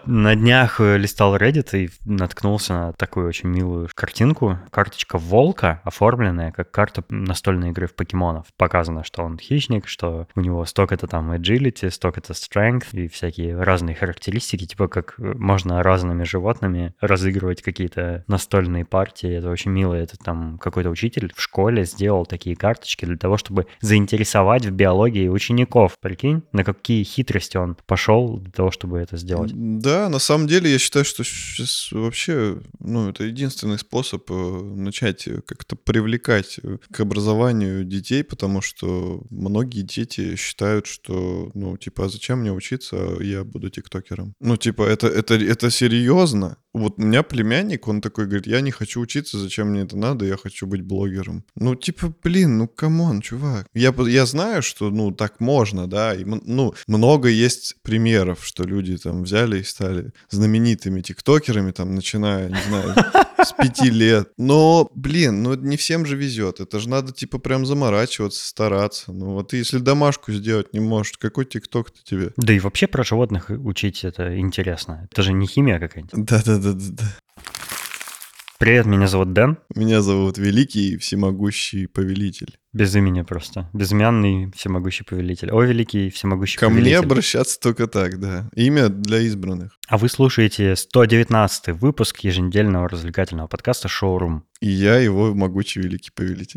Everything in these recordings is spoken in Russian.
На днях листал Reddit и наткнулся на такую очень милую картинку. Карточка волка, оформленная как карта настольной игры в покемонов. Показано, что он хищник, что у него столько-то там agility, столько-то strength и всякие разные характеристики, типа как можно разными животными разыгрывать какие-то настольные партии. Это очень мило. Это там какой-то учитель в школе сделал такие карточки для того, чтобы заинтересовать в биологии учеников. Прикинь, на какие хитрости он пошел для того, чтобы это сделать. Да, на самом деле я считаю, что сейчас вообще, это единственный способ начать как-то привлекать к образованию детей, потому что многие дети считают, что, а зачем мне учиться, я буду тиктокером. Это серьезно. Вот у меня племянник, он такой говорит, я не хочу учиться, зачем мне это надо, я хочу быть блогером. Камон, чувак. Я знаю, что, так можно, да, и, много есть примеров, что люди там взяли и стали знаменитыми тиктокерами, там, начиная, не знаю, с 5 лет. Но, не всем же везет. Это же надо, прям заморачиваться, стараться. Если домашку сделать не можешь, какой тикток-то тебе? Да и вообще про животных учить это интересно. Это же не химия какая-нибудь. Да. Привет, меня зовут Дэн. Меня зовут Великий Всемогущий Повелитель. Без имени просто. Безымянный всемогущий повелитель. О, великий всемогущий повелитель. Ко мне обращаться только так, да. Имя для избранных. А вы слушаете 119-й выпуск еженедельного развлекательного подкаста «Шоурум». И я его могучий великий повелитель.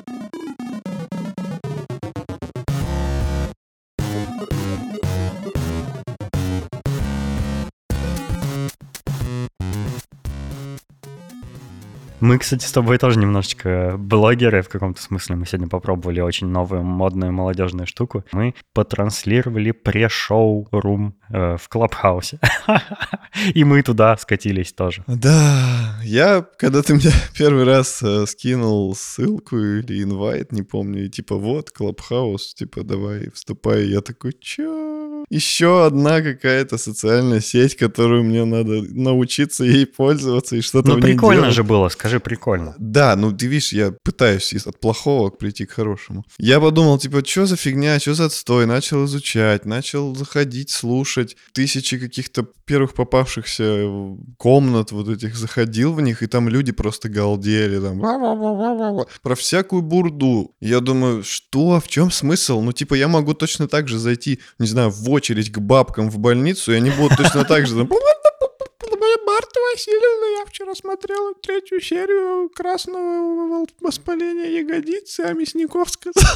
Мы, кстати, с тобой тоже немножечко блогеры в каком-то смысле. Мы сегодня попробовали очень новую модную молодежную штуку. Мы потранслировали пре-шоу-рум в Клабхаусе. И мы туда скатились тоже. Да, когда ты мне первый раз скинул ссылку или инвайт, не помню, и вот, Клабхаус, давай, вступай. Я такой, чё? Еще одна какая-то социальная сеть, которую мне надо научиться ей пользоваться и что-то в ней прикольно делать. же было, скажи, прикольно. Да, ты видишь, я пытаюсь от плохого прийти к хорошему. Я подумал, что за фигня, что за отстой, начал изучать, начал заходить, слушать тысячи каких-то первых попавшихся комнат вот этих, заходил в них, и там люди просто галдели, там, про всякую бурду. Я думаю, что, в чем смысл? Я могу точно так же зайти, не знаю, в очередь к бабкам в больницу, и они будут точно так же там... Марта Васильевна, я вчера смотрела 3-ю серию «Красного воспаления ягодицы», а Мясников сказал...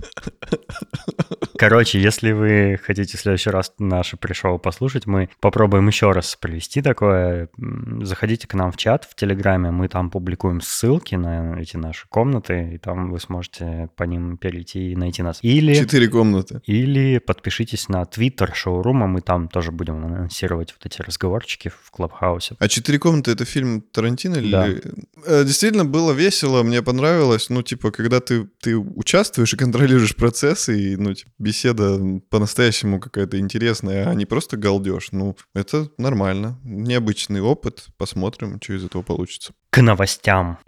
Короче, если вы хотите в следующий раз наше пришоу послушать, мы попробуем еще раз провести такое. Заходите к нам в чат в Телеграме, мы там публикуем ссылки на эти наши комнаты, и там вы сможете по ним перейти и найти нас. 4 комнаты. Или подпишитесь на Твиттер Шоурума, мы там тоже будем анонсировать вот эти разговорчики в Клабхаусе. А «4 комнаты» — это фильм Тарантино? Да. Действительно было весело, мне понравилось. Когда ты участвуешь и контролируешь процессы, и, беседа по-настоящему какая-то интересная, а не просто галдеж. Это нормально. Необычный опыт. Посмотрим, что из этого получится. К новостям.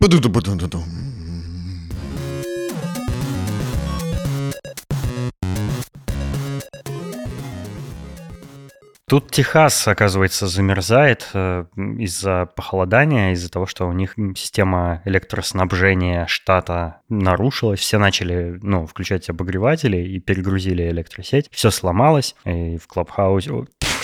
Тут Техас, оказывается, замерзает из-за похолодания, из-за того, что у них система электроснабжения штата нарушилась. Все начали, включать обогреватели и перегрузили электросеть. Все сломалось, и в Клабхаусе...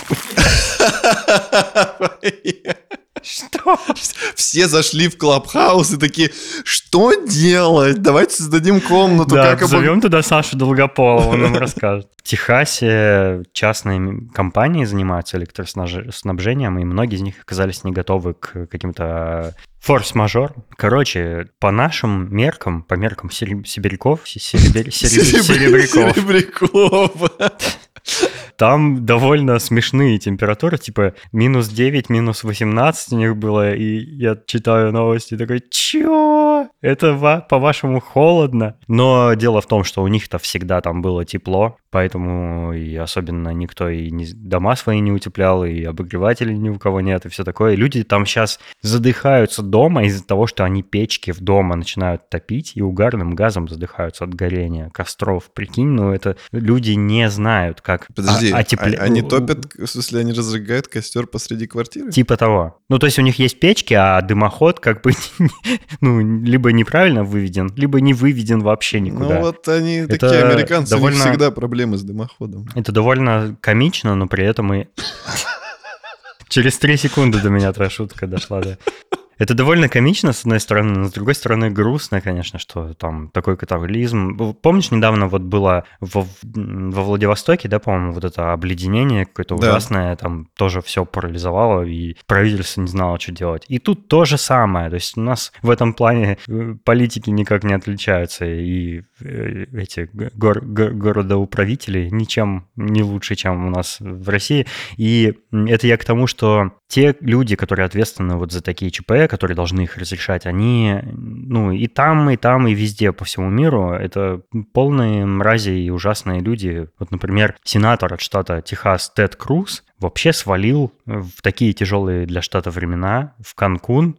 Что? Все зашли в Клабхаус и такие, что делать? Давайте создадим комнату. Да, зовем туда Сашу Долгополова, он нам расскажет. В Техасе частные компании занимаются электроснабжением, и многие из них оказались не готовы к каким-то форс-мажор. Короче, по нашим меркам, по меркам сибиряков, серебряков, там довольно смешные температуры, минус 9, минус 18 у них было, и я читаю новости такой, чё? Это по-вашему холодно? Но дело в том, что у них-то всегда там было тепло, поэтому и особенно никто и дома свои не утеплял, и обогревателей ни у кого нет, и все такое. И люди там сейчас задыхаются дома из-за того, что они печки в дома начинают топить, и угарным газом задыхаются от горения костров. Прикинь, это люди не знают, как... Подожди, Подожди, они топят, в смысле, они разжигают костер посреди квартиры? Типа того. Ну, то есть у них есть печки, а дымоход как бы либо неправильно выведен, либо не выведен вообще никуда. Ну, вот они такие американцы, у них всегда проблемы с дымоходом. Это довольно комично, но при этом и... Через 3 секунды до меня твоя шутка дошла, да. Это довольно комично, с одной стороны, но с другой стороны грустно, конечно, что там такой катаклизм. Помнишь, недавно вот было во Владивостоке, да, по-моему, вот это обледенение какое-то ужасное, там тоже все парализовало, и правительство не знало, что делать. И тут то же самое, то есть у нас в этом плане политики никак не отличаются, и эти городоуправители ничем не лучше, чем у нас в России. И это я к тому, что те люди, которые ответственны вот за такие ЧП, которые должны их разрешать, они, ну, и там, и везде по всему миру, это полные мрази и ужасные люди. Вот, например, сенатор от штата Техас Тед Круз вообще свалил в такие тяжелые для штата времена в Канкун.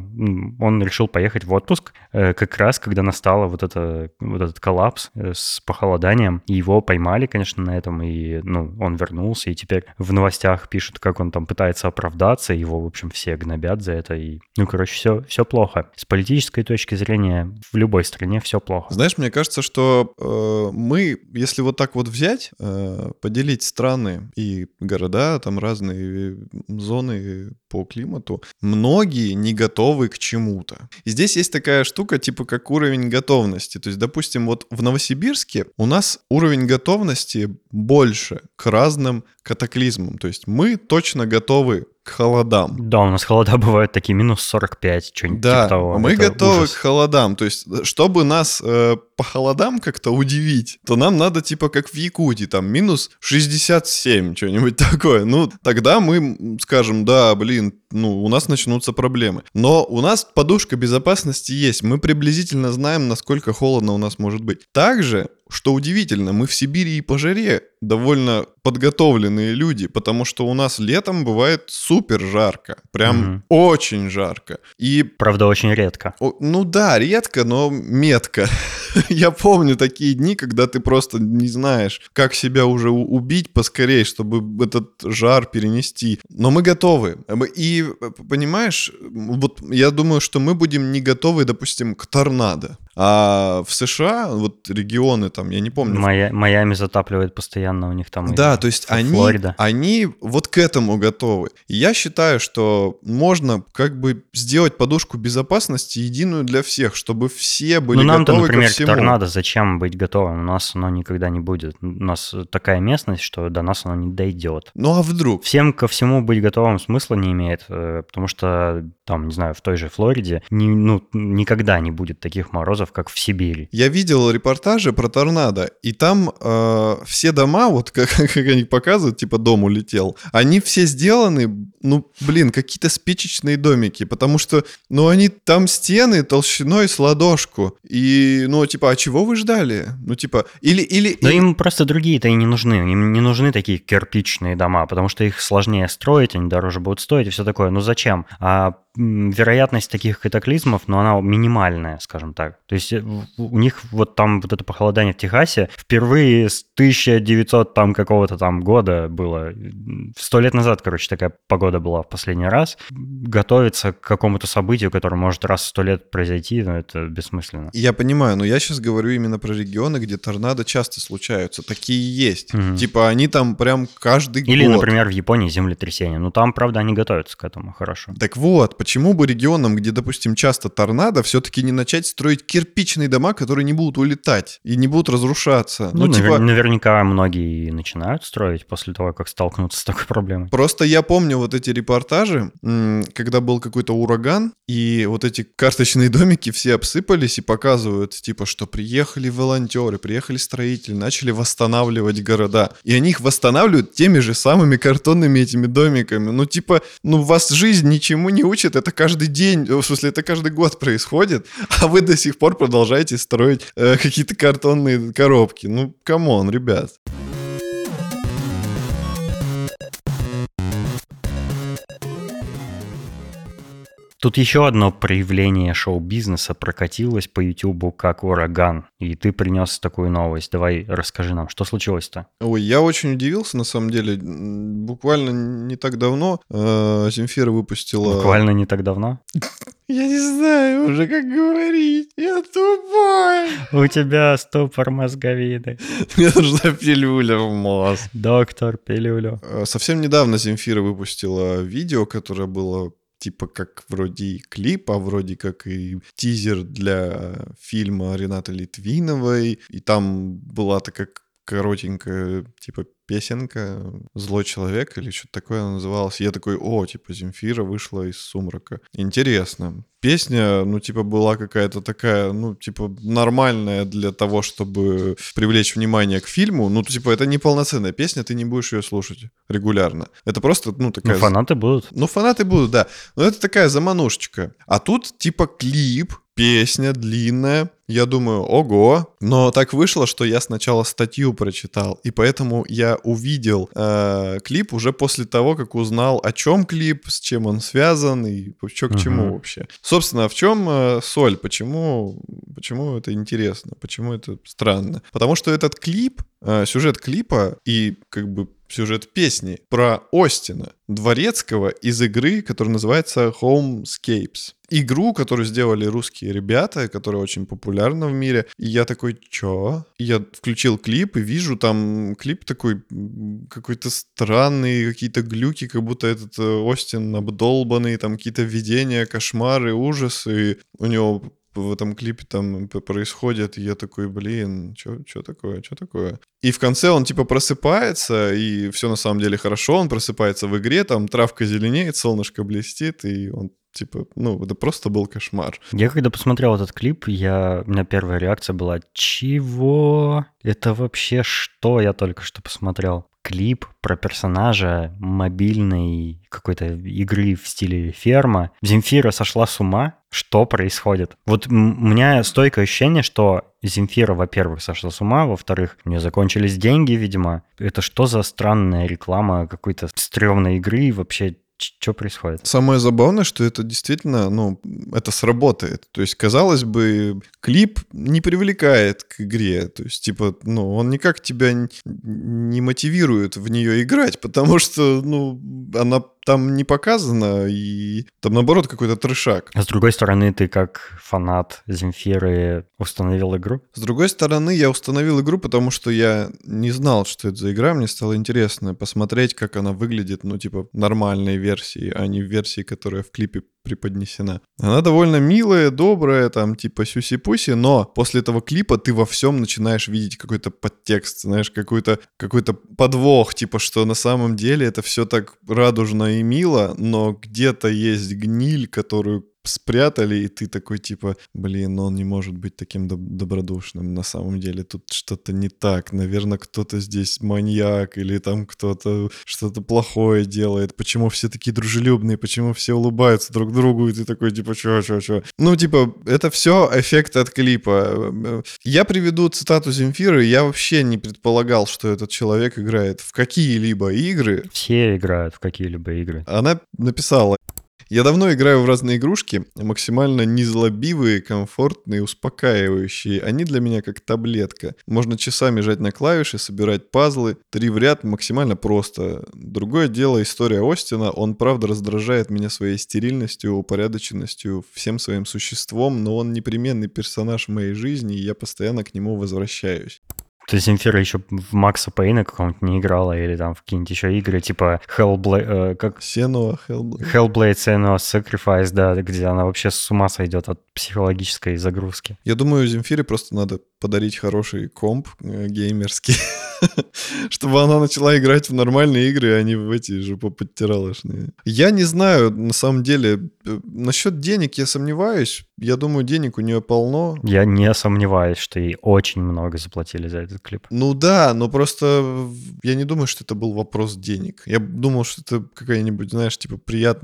Он решил поехать в отпуск как раз, когда настал вот этот коллапс с похолоданием. И его поймали, конечно, на этом, и он вернулся, и теперь в новостях пишут, как он там пытается оправдаться, его, в общем, все гнобят за это, и, короче, все плохо. С политической точки зрения в любой стране все плохо. Знаешь, мне кажется, что мы, если вот так вот взять, поделить страны и города, там разные зоны по климату, многие не готовы к чему-то. И здесь есть такая штука, типа как уровень готовности. То есть, допустим, вот в Новосибирске у нас уровень готовности больше к разным катаклизмам. То есть мы точно готовы к холодам. Да, у нас холода бывают такие минус 45, что-нибудь типа того. Да, мы готовы к холодам. То есть, чтобы нас по холодам как-то удивить, то нам надо типа как в Якутии, там минус 67, что-нибудь такое. Ну, тогда мы скажем, да, блин, у нас начнутся проблемы. Но у нас подушка безопасности есть. Мы приблизительно знаем, насколько холодно у нас может быть. Также, что удивительно, мы в Сибири и по жаре довольно подготовленные люди, потому что у нас летом бывает супер жарко, прям очень жарко. И правда, очень редко. Ну да, редко, но метко. Я помню такие дни, когда ты просто не знаешь, как себя уже убить поскорее, чтобы этот жар перенести. Но мы готовы. И, понимаешь, вот я думаю, что мы будем не готовы, допустим, к торнадо. А в США, вот регионы там, я не помню. Майами затапливает постоянно, у них там. Да, то есть они вот к этому готовы. И я считаю, что можно как бы сделать подушку безопасности единую для всех, чтобы все были готовы ко всему. К торнадо зачем быть готовым? У нас оно никогда не будет. У нас такая местность, что до нас оно не дойдет. Ну а вдруг? Всем ко всему быть готовым смысла не имеет, потому что там, не знаю, в той же Флориде никогда не будет таких морозов, как в Сибири. Я видел репортажи про торнадо, и там все дома, вот как они показывают, типа дом улетел, они все сделаны, какие-то спичечные домики, потому что, они там стены толщиной с ладошку, и, а чего вы ждали? Но им просто другие-то и не нужны, им не нужны такие кирпичные дома, потому что их сложнее строить, они дороже будут стоить и все такое, зачем? А вероятность таких катаклизмов, она минимальная, скажем так. То есть у них вот там вот это похолодание в Техасе впервые с 1900 там какого-то там года было. 100 лет назад, такая погода была в последний раз. Готовиться к какому-то событию, которое может раз в 100 лет произойти, это бессмысленно. Я понимаю, но я сейчас говорю именно про регионы, где торнадо часто случаются. Такие есть. Типа они там прям каждый год. Или, например, в Японии землетрясение. Там, правда, они готовятся к этому хорошо. Так вот, почему бы регионам, где, допустим, часто торнадо, все-таки не начать строить кирпичные дома, которые не будут улетать и не будут разрушаться? Наверняка многие начинают строить после того, как столкнутся с такой проблемой. Просто я помню вот эти репортажи, когда был какой-то ураган, и вот эти карточные домики все обсыпались и показывают, типа, что приехали волонтеры, приехали строители, начали восстанавливать города. И они их восстанавливают теми же самыми картонными этими домиками. Вас жизнь ничему не учит, это каждый день, в смысле, это каждый год происходит, а вы до сих пор продолжаете строить какие-то картонные коробки. Камон, ребят. Тут еще одно проявление шоу-бизнеса прокатилось по Ютубу как ураган. И ты принес такую новость. Давай расскажи нам, что случилось-то? Ой, я очень удивился, на самом деле. Буквально не так давно Земфира выпустила... Буквально не так давно? Я не знаю уже, как говорить. Я тупой. У тебя ступор мозговиды. Мне нужна пилюля в мозг. Доктор пилюлю. Совсем недавно Земфира выпустила видео, которое было типа как вроде и клип, а вроде как и тизер для фильма Ренаты Литвиновой. И там была такая коротенькая, типа, песенка «Злой человек» или что-то такое она называлась. И я такой, типа, Земфира вышла из сумрака. Интересно. Песня, ну, типа, была какая-то такая, ну, типа, нормальная для того, чтобы привлечь внимание к фильму. Ну, типа, это не полноценная песня, ты не будешь ее слушать регулярно. Это просто, ну, такая... Ну, фанаты будут. Ну, фанаты будут, да. Но это такая заманушечка. А тут, типа, клип, песня длинная. Я думаю, ого. Но так вышло, что я сначала статью прочитал, и поэтому я увидел клип уже после того, как узнал, о чем клип, с чем он связан и что к чему вообще. Собственно, в чем соль? Почему это интересно? Почему это странно? Потому что этот клип, сюжет клипа и как бы сюжет песни про Остина Дворецкого из игры, которая называется Homescapes. Игру, которую сделали русские ребята, которая очень популярна в мире. И я такой, чё? И я включил клип и вижу там клип такой какой-то странный, какие-то глюки, как будто этот Остин обдолбанный, там какие-то видения, кошмары, ужасы. У него в этом клипе там происходит, и я такой, блин, что такое? И в конце он типа просыпается, и все на самом деле хорошо, он просыпается в игре, там травка зеленеет, солнышко блестит, и он типа, ну, это просто был кошмар. Я когда посмотрел этот клип, у меня первая реакция была, чего? Это вообще что я только что посмотрел? Клип про персонажа мобильной какой-то игры в стиле ферма. Земфира сошла с ума? Что происходит? Вот у меня стойкое ощущение, что Земфира, во-первых, сошла с ума, во-вторых, у нее закончились деньги, видимо. Это что за странная реклама какой-то стрёмной игры вообще? Что происходит? Самое забавное, что это действительно, ну, это сработает. То есть, казалось бы, клип не привлекает к игре. То есть, типа, ну, он никак тебя не мотивирует в нее играть, потому что, ну, она там не показано, и там, наоборот, какой-то трешак. А с другой стороны, ты как фанат Земфиры установил игру? С другой стороны, я установил игру, потому что я не знал, что это за игра. Мне стало интересно посмотреть, как она выглядит, ну, типа, в нормальной версии, а не в версии, которая в клипе преподнесена. Она довольно милая, добрая, там, типа сюси-пуси, но после этого клипа ты во всем начинаешь видеть какой-то подтекст, знаешь, какой-то подвох, типа, что на самом деле это все так радужно и мило, но где-то есть гниль, которую спрятали, и ты такой, типа, блин, он не может быть таким добродушным. На самом деле тут что-то не так. Наверное, кто-то здесь маньяк, или там кто-то что-то плохое делает. Почему все такие дружелюбные? Почему все улыбаются друг другу? И ты такой, типа, чё? Ну, типа, это все эффект от клипа. Я приведу цитату Земфиры. Я вообще не предполагал, что этот человек играет в какие-либо игры. Все играют в какие-либо игры. Она написала: я давно играю в разные игрушки, максимально незлобивые, комфортные, успокаивающие. Они для меня как таблетка. Можно часами жать на клавиши, собирать пазлы. 3 в ряд максимально просто. Другое дело история Остина. Он правда раздражает меня своей стерильностью, упорядоченностью, всем своим существом, но он непременный персонаж в моей жизни, и я постоянно к нему возвращаюсь. То есть Земфира еще в Макса Пейна какого-нибудь не играла, или там в какие-нибудь еще игры, типа Hellblade, Hellblade Senua's Sacrifice, да, где она вообще с ума сойдет от психологической загрузки. Я думаю, Земфире просто надо подарить хороший комп геймерский, чтобы она начала играть в нормальные игры, а не в эти жопоподтиралошные. Я не знаю, на самом деле, насчет денег я сомневаюсь. Я думаю, денег у нее полно. Я не сомневаюсь, что ей очень много заплатили за этот клип. Ну да, но просто я не думаю, что это был вопрос денег. Я думал, что это какая-нибудь, знаешь, типа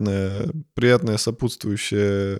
приятная сопутствующая...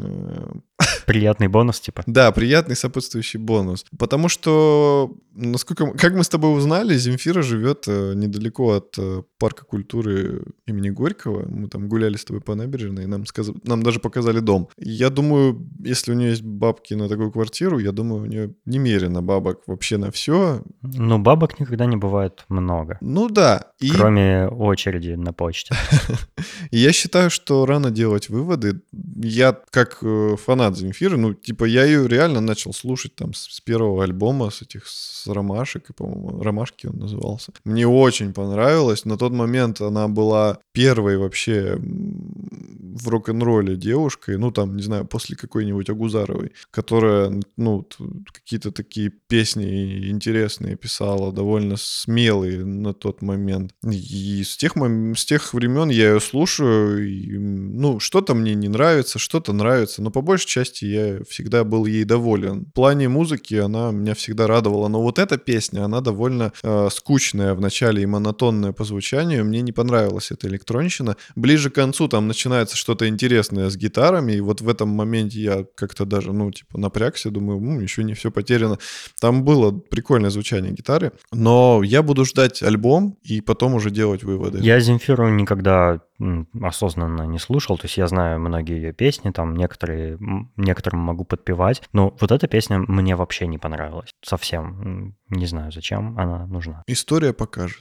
Приятный бонус, типа? Да, приятный сопутствующий бонус. Потому что, как мы с тобой узнали, Земфира живет недалеко от парка культуры имени Горького. Мы там гуляли с тобой по набережной, и нам сказали, нам даже показали дом. Я думаю, если у нее есть бабки на такую квартиру, я думаю, у нее немерено бабок вообще на все. Но бабок никогда не бывает много. Ну да. Кроме очереди на почте. И я считаю, что рано делать выводы. Я как фанат Земфиры, ну, типа, я ее реально начал слушать там с первого альбома, с «Ромашек», и, по-моему, «Ромашки» он назывался. Мне очень понравилось. На тот момент она была первой вообще в рок-н-ролле девушкой, ну, там, не знаю, после какой-нибудь Агузаровой, которая, ну, какие-то такие песни интересные писала, довольно смелые на тот момент. И с тех времен я ее слушаю, и, ну, что-то мне не нравится, что-то нравится, но по большей части я всегда был ей доволен. В плане музыки она меня всегда радовала, но вот эта песня, она довольно скучная в начале и монотонная по звучанию, мне не понравилась эта электронщина. Ближе к концу там начинается что-то интересное с гитарами, и вот в этом моменте я как-то даже, ну, типа, напрягся, думаю, еще не все потеряно. Там было прикольное звучание гитары, но я буду ждать альбом и потом уже делать выводы. Я Земфиру никогда осознанно не слушал, то есть я знаю многие ее песни, там некоторым могу подпевать, но вот эта песня мне вообще не понравилась совсем. Не знаю, зачем она нужна. История покажет.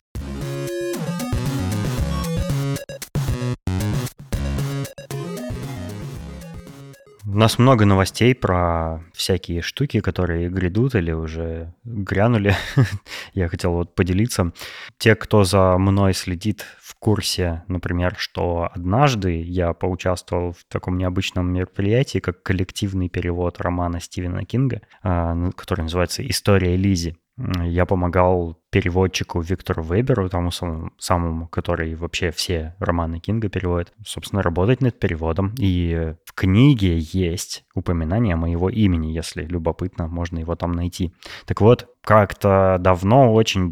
У нас много новостей про всякие штуки, которые грядут или уже грянули. Я хотел вот поделиться. Те, кто за мной следит, в курсе, например, что однажды я поучаствовал в таком необычном мероприятии, как коллективный перевод романа Стивена Кинга, который называется «История Лизи». Я помогал переводчику Виктору Веберу, тому самому, который вообще все романы Кинга переводит, собственно, работать над переводом. И в книге есть упоминание моего имени, если любопытно, можно его там найти. Так вот, как-то давно очень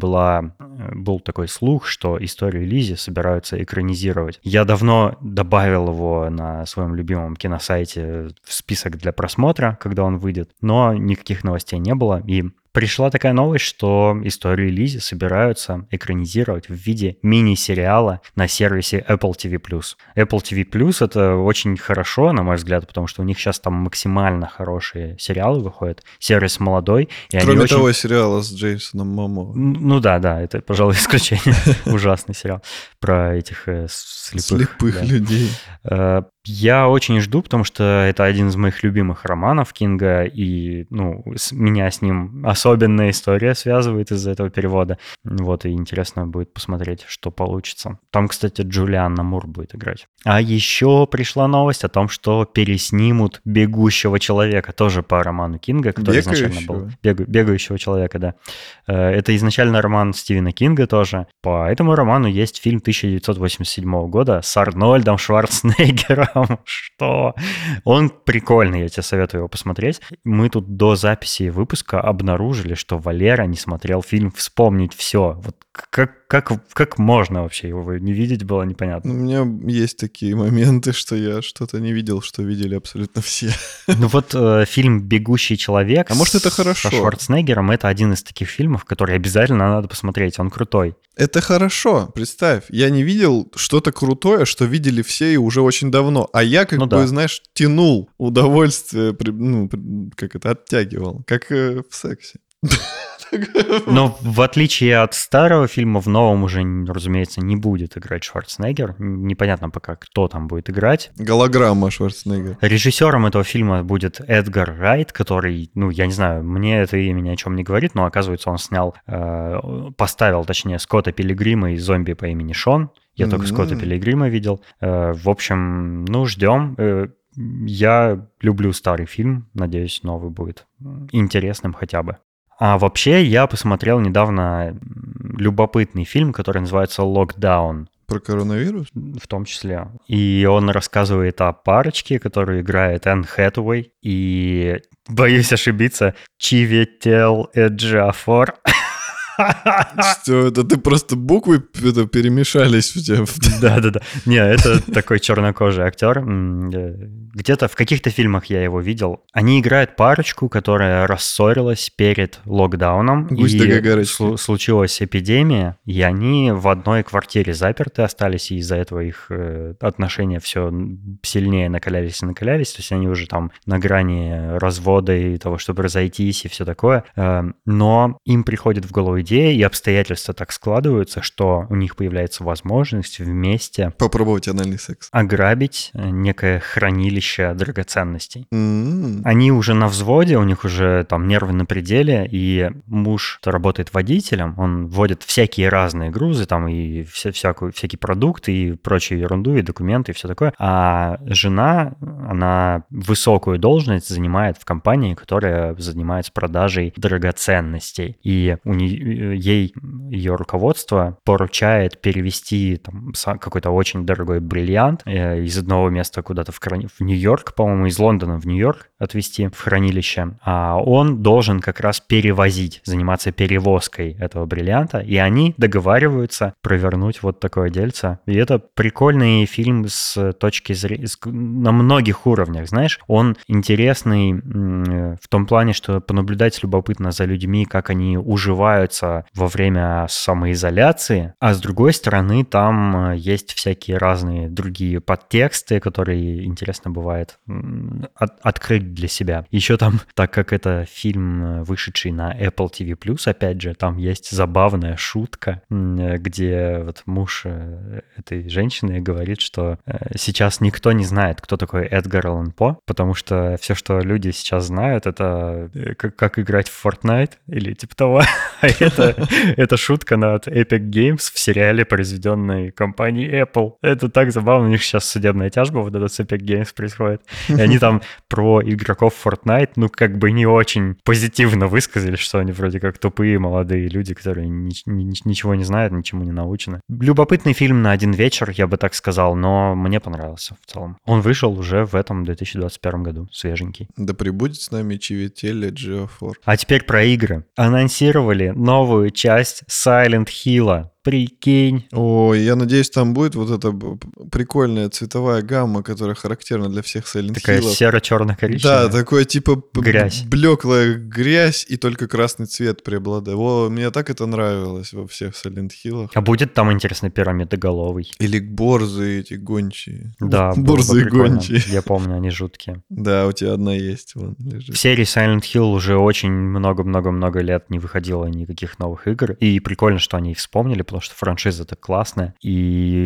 был такой слух, что историю Лизи собираются экранизировать. Я давно добавил его на своем любимом киносайте в список для просмотра, когда он выйдет, но никаких новостей не было, и пришла такая новость, что историю Лизи собираются экранизировать в виде мини-сериала на сервисе Apple TV+. Apple TV+, это очень хорошо, на мой взгляд, потому что у них сейчас там максимально хорошие сериалы выходят. Сервис молодой. И кроме они того сериала с Джейсоном Момоа. Ну да, это, пожалуй, исключение. Ужасный сериал про этих слепых людей. Я очень жду, потому что это один из моих любимых романов Кинга, и меня с ним особенная история связывает из-за этого перевода. Вот, и интересно будет посмотреть, что получится. Там, кстати, Джулианна Мур будет играть. А еще пришла новость о том, что переснимут «Бегущего человека», тоже по роману Кинга, который изначально был. «Бегающего человека», да. Это изначально роман Стивена Кинга тоже. По этому роману есть фильм 1987 года с Арнольдом Шварценеггером. Что? Он прикольный, я тебе советую его посмотреть. Мы тут до записи выпуска обнаружили, что Валера не смотрел фильм «Вспомнить все». Вот как можно вообще его не видеть, было непонятно. У меня есть такие моменты, что я что-то не видел, что видели абсолютно все. Ну вот фильм «Бегущий человек» а может, это хорошо? Со Шварценеггером — это один из таких фильмов, который обязательно надо посмотреть, он крутой. Это хорошо, представь, я не видел что-то крутое, что видели все и уже очень давно, а я знаешь, тянул удовольствие, оттягивал, как в сексе. Но в отличие от старого фильма, в новом уже, разумеется, не будет играть Шварценеггер. Непонятно пока, кто там будет играть. Голограмма Шварценеггера. Режиссером этого фильма будет Эдгар Райт, который, я не знаю, мне это имя ни о чем не говорит, но оказывается, он поставил, точнее, Скотта Пилигрима и зомби по имени Шон. Я только Скотта Пилигрима видел. В общем, ждем. Я люблю старый фильм, надеюсь, новый будет интересным хотя бы. А вообще, я посмотрел недавно любопытный фильм, который называется «Локдаун». Про коронавирус? В том числе. И он рассказывает о парочке, которую играет Энн Хэтэуэй и, боюсь ошибиться, Чиветел Эджиафор. Что это ты просто буквы перемешались у тебя? Да-да-да. Не, это такой чернокожий актер. Где-то в каких-то фильмах я его видел. Они играют парочку, которая рассорилась перед локдауном. Гусь да Гагарочка. Случилась эпидемия, и они в одной квартире заперты остались, и из-за этого их отношения все сильнее накалялись и накалялись. То есть они уже там на грани развода и того, чтобы разойтись и все такое. Но им приходит в голову идея, и обстоятельства так складываются, что у них появляется возможность вместе попробовать анальный секс. Ограбить некое хранилище драгоценностей. Они уже на взводе, у них уже там нервы на пределе, и муж работает водителем, он водит всякие разные грузы, там и всякие продукты, и прочую ерунду, и документы, и все такое. А жена, она высокую должность занимает в компании, которая занимается продажей драгоценностей. И ей ее руководство поручает перевести там какой-то очень дорогой бриллиант из одного места куда-то в Нью-Йорк, по-моему, из Лондона в Нью-Йорк отвезти в хранилище. А он должен как раз заниматься перевозкой этого бриллианта, и они договариваются провернуть вот такое дельце. И это прикольный фильм с точки зрения на многих уровнях, знаешь. Он интересный в том плане, что понаблюдать любопытно за людьми, как они уживаются во время самоизоляции, а с другой стороны там есть всякие разные другие подтексты, которые интересно бывает открыть для себя. Еще там, так как это фильм, вышедший на Apple TV+, опять же, там есть забавная шутка, где вот муж этой женщины говорит, что сейчас никто не знает, кто такой Эдгар Аллан По, потому что все, что люди сейчас знают, это как играть в Fortnite или типа того. Это шутка над Epic Games в сериале, произведенной компанией Apple. Это так забавно, у них сейчас судебная тяжба вот эта с Epic Games происходит. И они там про игроков Fortnite, как бы не очень позитивно высказали, что они вроде как тупые молодые люди, которые ничего не знают, ничему не научены. Любопытный фильм на один вечер, я бы так сказал, но мне понравился в целом. Он вышел уже в этом 2021 году, свеженький. Да пребудет с нами Чивителли Geofor. А теперь про игры. Анонсировали новую часть Silent Hill'а. Прикинь. Ой, я надеюсь, там будет вот эта прикольная цветовая гамма, которая характерна для всех Silent Hill'ов. Такая серо-черно-коричневая. Да, такое типа грязь. Блеклая грязь, и только красный цвет преобладает. Мне так это нравилось во всех Silent Hill'ах. А будет там, интересно, пирамидоголовый? Или борзы эти гончие. Да, борзы и гончие. Я помню, они жуткие. Да, у тебя одна есть, вон лежит. В серии Silent Hill уже очень много-много-много лет не выходило никаких новых игр, и прикольно, что они их вспомнили, потому что франшиза-то классная. И,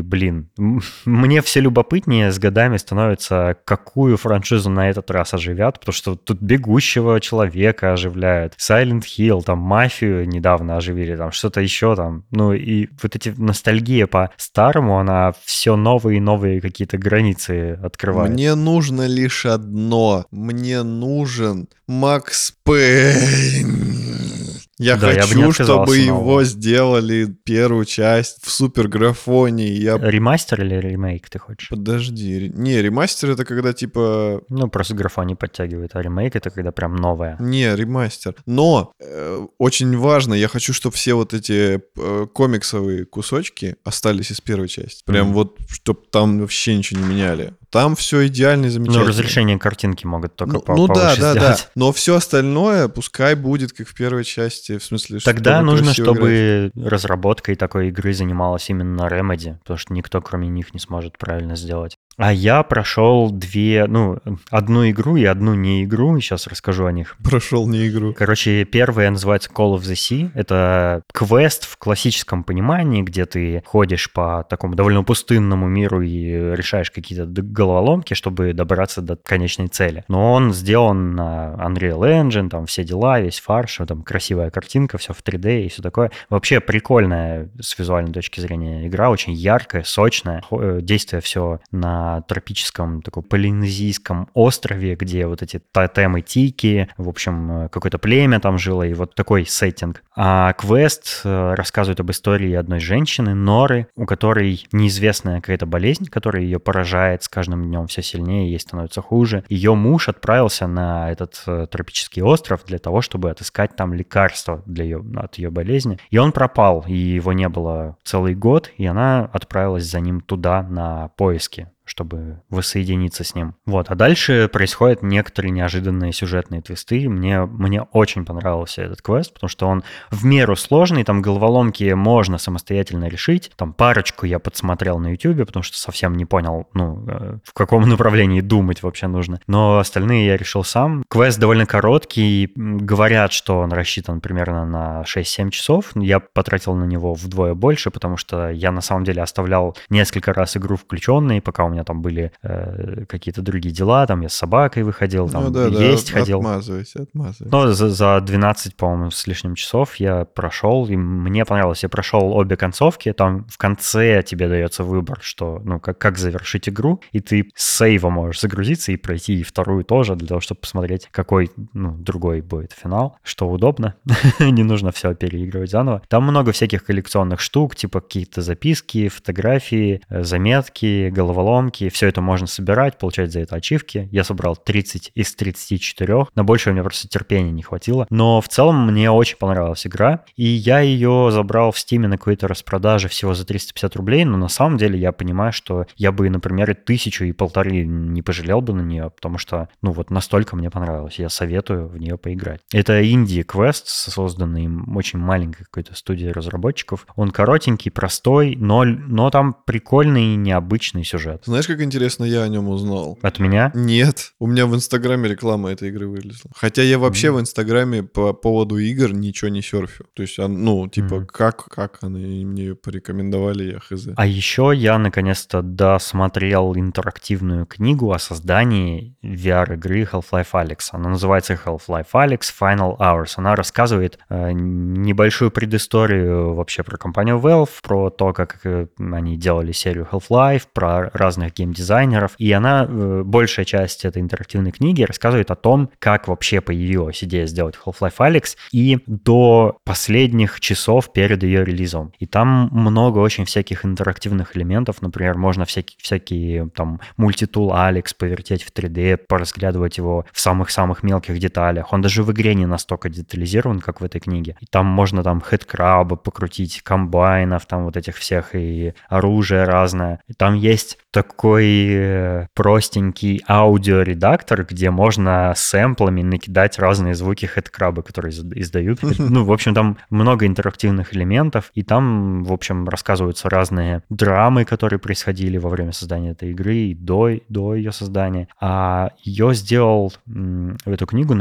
мне все любопытнее с годами становится, какую франшизу на этот раз оживят, потому что тут «Бегущего человека» оживляют, Silent Hill, там «Мафию» недавно оживили, там что-то еще там. И вот эти ностальгия по старому, она все новые и новые какие-то границы открывает. Мне нужно лишь одно. Мне нужен Макс Пейн. Я хочу, чтобы его сделали первую часть в суперграфоне. Ремастер или ремейк ты хочешь? Подожди. Не, ремастер это когда типа... просто графон не подтягивает, а ремейк это когда прям новое. Не, ремастер. Но очень важно, я хочу, чтобы все вот эти комиксовые кусочки остались из первой части. Прям вот, чтобы там вообще ничего не меняли. Там все идеально и замечательно. Разрешение картинки могут только да. Но все остальное пускай будет как в первой части. В смысле, тогда нужно, чтобы разработкой такой игры занималась именно Remedy, потому что никто, кроме них, не сможет правильно сделать. А я прошел одну игру и одну не игру, и сейчас расскажу о них. Прошел не игру. Короче, первая называется Call of the Sea. Это квест в классическом понимании, где ты ходишь по такому довольно пустынному миру и решаешь какие-то головоломки, чтобы добраться до конечной цели. Но он сделан на Unreal Engine, там все дела, весь фарш, там красивая картинка, все в 3D и все такое. Вообще прикольная с визуальной точки зрения игра, очень яркая, сочная. Действие все на на тропическом таком полинезийском острове, где вот эти тотемы тики, в общем, какое-то племя там жило, и вот такой сеттинг. А квест рассказывает об истории одной женщины, Норы, у которой неизвестная какая-то болезнь, которая ее поражает с каждым днем все сильнее, ей становится хуже. Ее муж отправился на этот тропический остров для того, чтобы отыскать там лекарство от ее болезни. И он пропал, и его не было целый год, и она отправилась за ним туда на поиски, чтобы воссоединиться с ним. Вот. А дальше происходят некоторые неожиданные сюжетные твисты. Мне очень понравился этот квест, потому что он в меру сложный, там головоломки можно самостоятельно решить. Там парочку я подсмотрел на YouTube, потому что совсем не понял, в каком направлении думать вообще нужно. Но остальные я решил сам. Квест довольно короткий. Говорят, что он рассчитан примерно на 6-7 часов. Я потратил на него вдвое больше, потому что я на самом деле оставлял несколько раз игру включенной, пока у меня там были какие-то другие дела, там я с собакой выходил, там есть ходил. Отмазывайся. Но за 12, по-моему, с лишним часов я прошел, и мне понравилось. Я прошел обе концовки, там в конце тебе дается выбор, что, как завершить игру, и ты с сейва можешь загрузиться и пройти и вторую тоже, для того, чтобы посмотреть, какой, другой будет финал, что удобно, не нужно все переигрывать заново. Там много всяких коллекционных штук, типа какие-то записки, фотографии, заметки, головоломки. Все это можно собирать, получать за это ачивки. Я собрал 30 из 34. На больше у меня просто терпения не хватило. Но в целом мне очень понравилась игра. И я ее забрал в Steam на какой-то распродаже всего за 350 рублей. Но на самом деле я понимаю, что я бы, например, и 1000, и 1500 не пожалел бы на нее, потому что, настолько мне понравилось. Я советую в нее поиграть. Это инди-квест, созданный очень маленькой какой-то студией разработчиков. Он коротенький, простой, но там прикольный и необычный сюжет. Знаешь, как интересно я о нем узнал? От меня? Нет. У меня в Инстаграме реклама этой игры вылезла. Хотя я вообще в Инстаграме по поводу игр ничего не серфю. То есть, как они мне ее порекомендовали, я хз. А еще я наконец-то досмотрел интерактивную книгу о создании VR-игры Half-Life Alyx. Она называется Half-Life Alyx Final Hours. Она рассказывает небольшую предысторию вообще про компанию Valve, про то, как они делали серию Half-Life, про разных геймдизайнеров, и большая часть этой интерактивной книги рассказывает о том, как вообще появилась идея сделать Half-Life Alyx и до последних часов перед ее релизом. И там много очень всяких интерактивных элементов, например, можно всякие там мультитул Alyx повертеть в 3D, поразглядывать его в самых-самых мелких деталях. Он даже в игре не настолько детализирован, как в этой книге. И там можно хедкраба покрутить, комбайнов, там вот этих всех, и оружие разное. И там есть такой простенький аудиоредактор, где можно сэмплами накидать разные звуки хедкраба, которые издают. В общем, там много интерактивных элементов, и там, в общем, рассказываются разные драмы, которые происходили во время создания этой игры и до ее создания. А ее сделал, эту книгу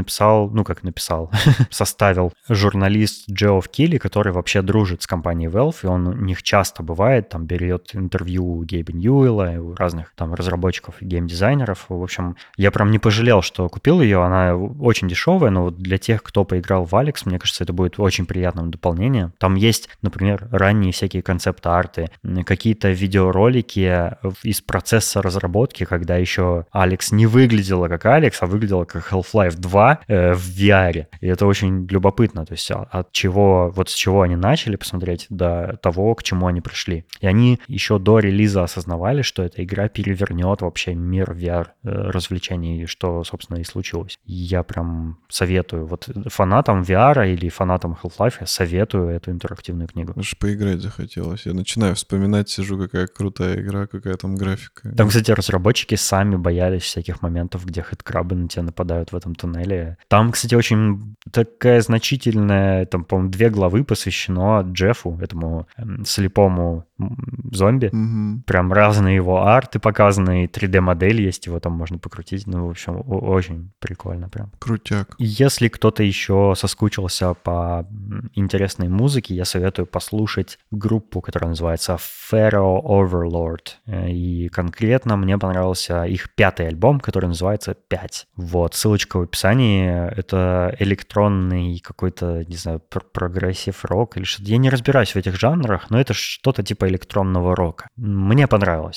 составил журналист Geoff Keighley, который вообще дружит с компанией Valve, и он у них часто бывает, там берет интервью у Гейба Ньюэлла, у разных там разработчиков и геймдизайнеров. В общем, я прям не пожалел, что купил ее. Она очень дешевая, но вот для тех, кто поиграл в Alyx, мне кажется, это будет очень приятным дополнением. Там есть, например, ранние всякие концепт-арты, какие-то видеоролики из процесса разработки, когда еще Alyx не выглядела как Alyx, а выглядела как Half-Life 2 в VR. И это очень любопытно. То есть с чего они начали посмотреть до того, к чему они пришли. И они еще до релиза осознавали, что эта игра перевернет вообще мир VR развлечений, что, собственно, и случилось. Я прям советую. Вот фанатам VR или фанатам Half-Life я советую эту интерактивную книгу. Аж поиграть захотелось. Я начинаю вспоминать, сижу, какая крутая игра, какая там графика. Там, кстати, разработчики сами боялись всяких моментов, где хедкрабы на тебя нападают в этом туннеле. Там, кстати, очень такая значительная, там, по-моему, 2 главы посвящено Джеффу, этому слепому зомби. Угу. Прям разные его арты показаны, 3D-модель есть, его там можно покрутить. В общем, очень прикольно прям. Крутяк. Если кто-то еще соскучился по интересной музыке, я советую послушать группу, которая называется Pharaoh Overlord. И конкретно мне понравился их 5-й альбом, который называется «5». Вот, ссылочка в описании. Это электронный какой-то, не знаю, прогрессив рок или что-то. Я не разбираюсь в этих жанрах, но это что-то типа электронного рока. Мне понравилось. Мне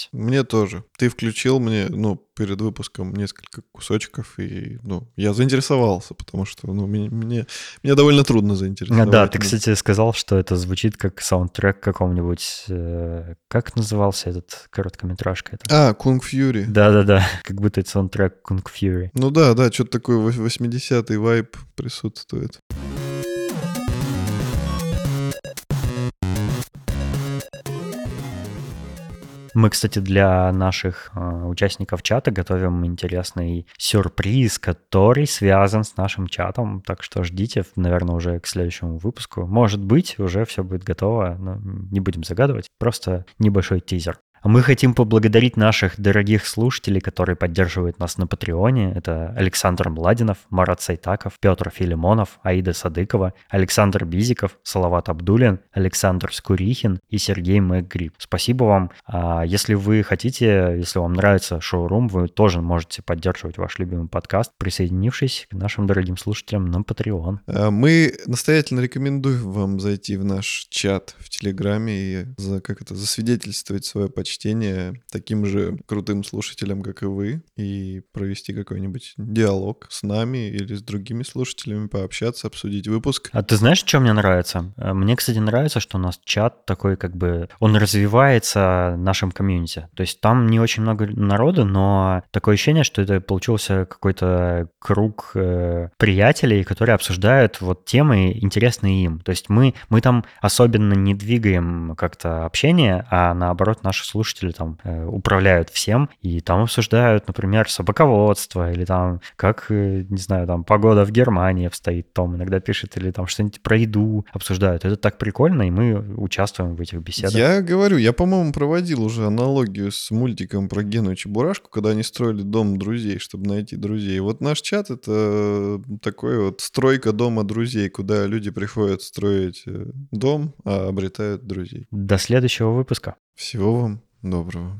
тоже. Ты включил мне, перед выпуском несколько кусочков, и, я заинтересовался, потому что, мне довольно трудно заинтересовать. Да, ты, кстати, сказал, что это звучит как саундтрек какого-нибудь... Как назывался этот короткометражка? Kung Fury. Да-да-да, как будто это саундтрек Kung Fury. Да, что-то такое 80-й вайб присутствует. Мы, кстати, для наших участников чата готовим интересный сюрприз, который связан с нашим чатом. Так что ждите, наверное, уже к следующему выпуску. Может быть, уже все будет готово, но не будем загадывать. Просто небольшой тизер. Мы хотим поблагодарить наших дорогих слушателей, которые поддерживают нас на Патреоне. Это Александр Младинов, Марат Сайтаков, Петр Филимонов, Аида Садыкова, Александр Бизиков, Салават Абдулин, Александр Скурихин и Сергей Мэггрип. Спасибо вам. Если вы хотите, если вам нравится шоурум, вы тоже можете поддерживать ваш любимый подкаст, присоединившись к нашим дорогим слушателям на Patreon. Мы настоятельно рекомендуем вам зайти в наш чат в Телеграме и засвидетельствовать свое почтение таким же крутым слушателям, как и вы, и провести какой-нибудь диалог с нами или с другими слушателями, пообщаться, обсудить выпуск. А ты знаешь, что мне нравится? Мне, кстати, нравится, что у нас чат такой, он развивается нашим комьюнити. То есть там не очень много народу, но такое ощущение, что это получился какой-то круг приятелей, которые обсуждают темы, интересные им. То есть мы там особенно не двигаем как-то общение, а наоборот наши слушатели там управляют всем, и там обсуждают, например, собаководство, или там, как, не знаю, там, погода в Германии обстоит, Том иногда пишет, или там что-нибудь про еду обсуждают. Это так прикольно, и мы участвуем в этих беседах. Я говорю, я, по-моему, проводил уже аналогию с мультиком про Гену и Чебурашку, когда они строили дом друзей, чтобы найти друзей. Вот наш чат — это такой стройка дома друзей, куда люди приходят строить дом, а обретают друзей. До следующего выпуска. Всего вам доброго.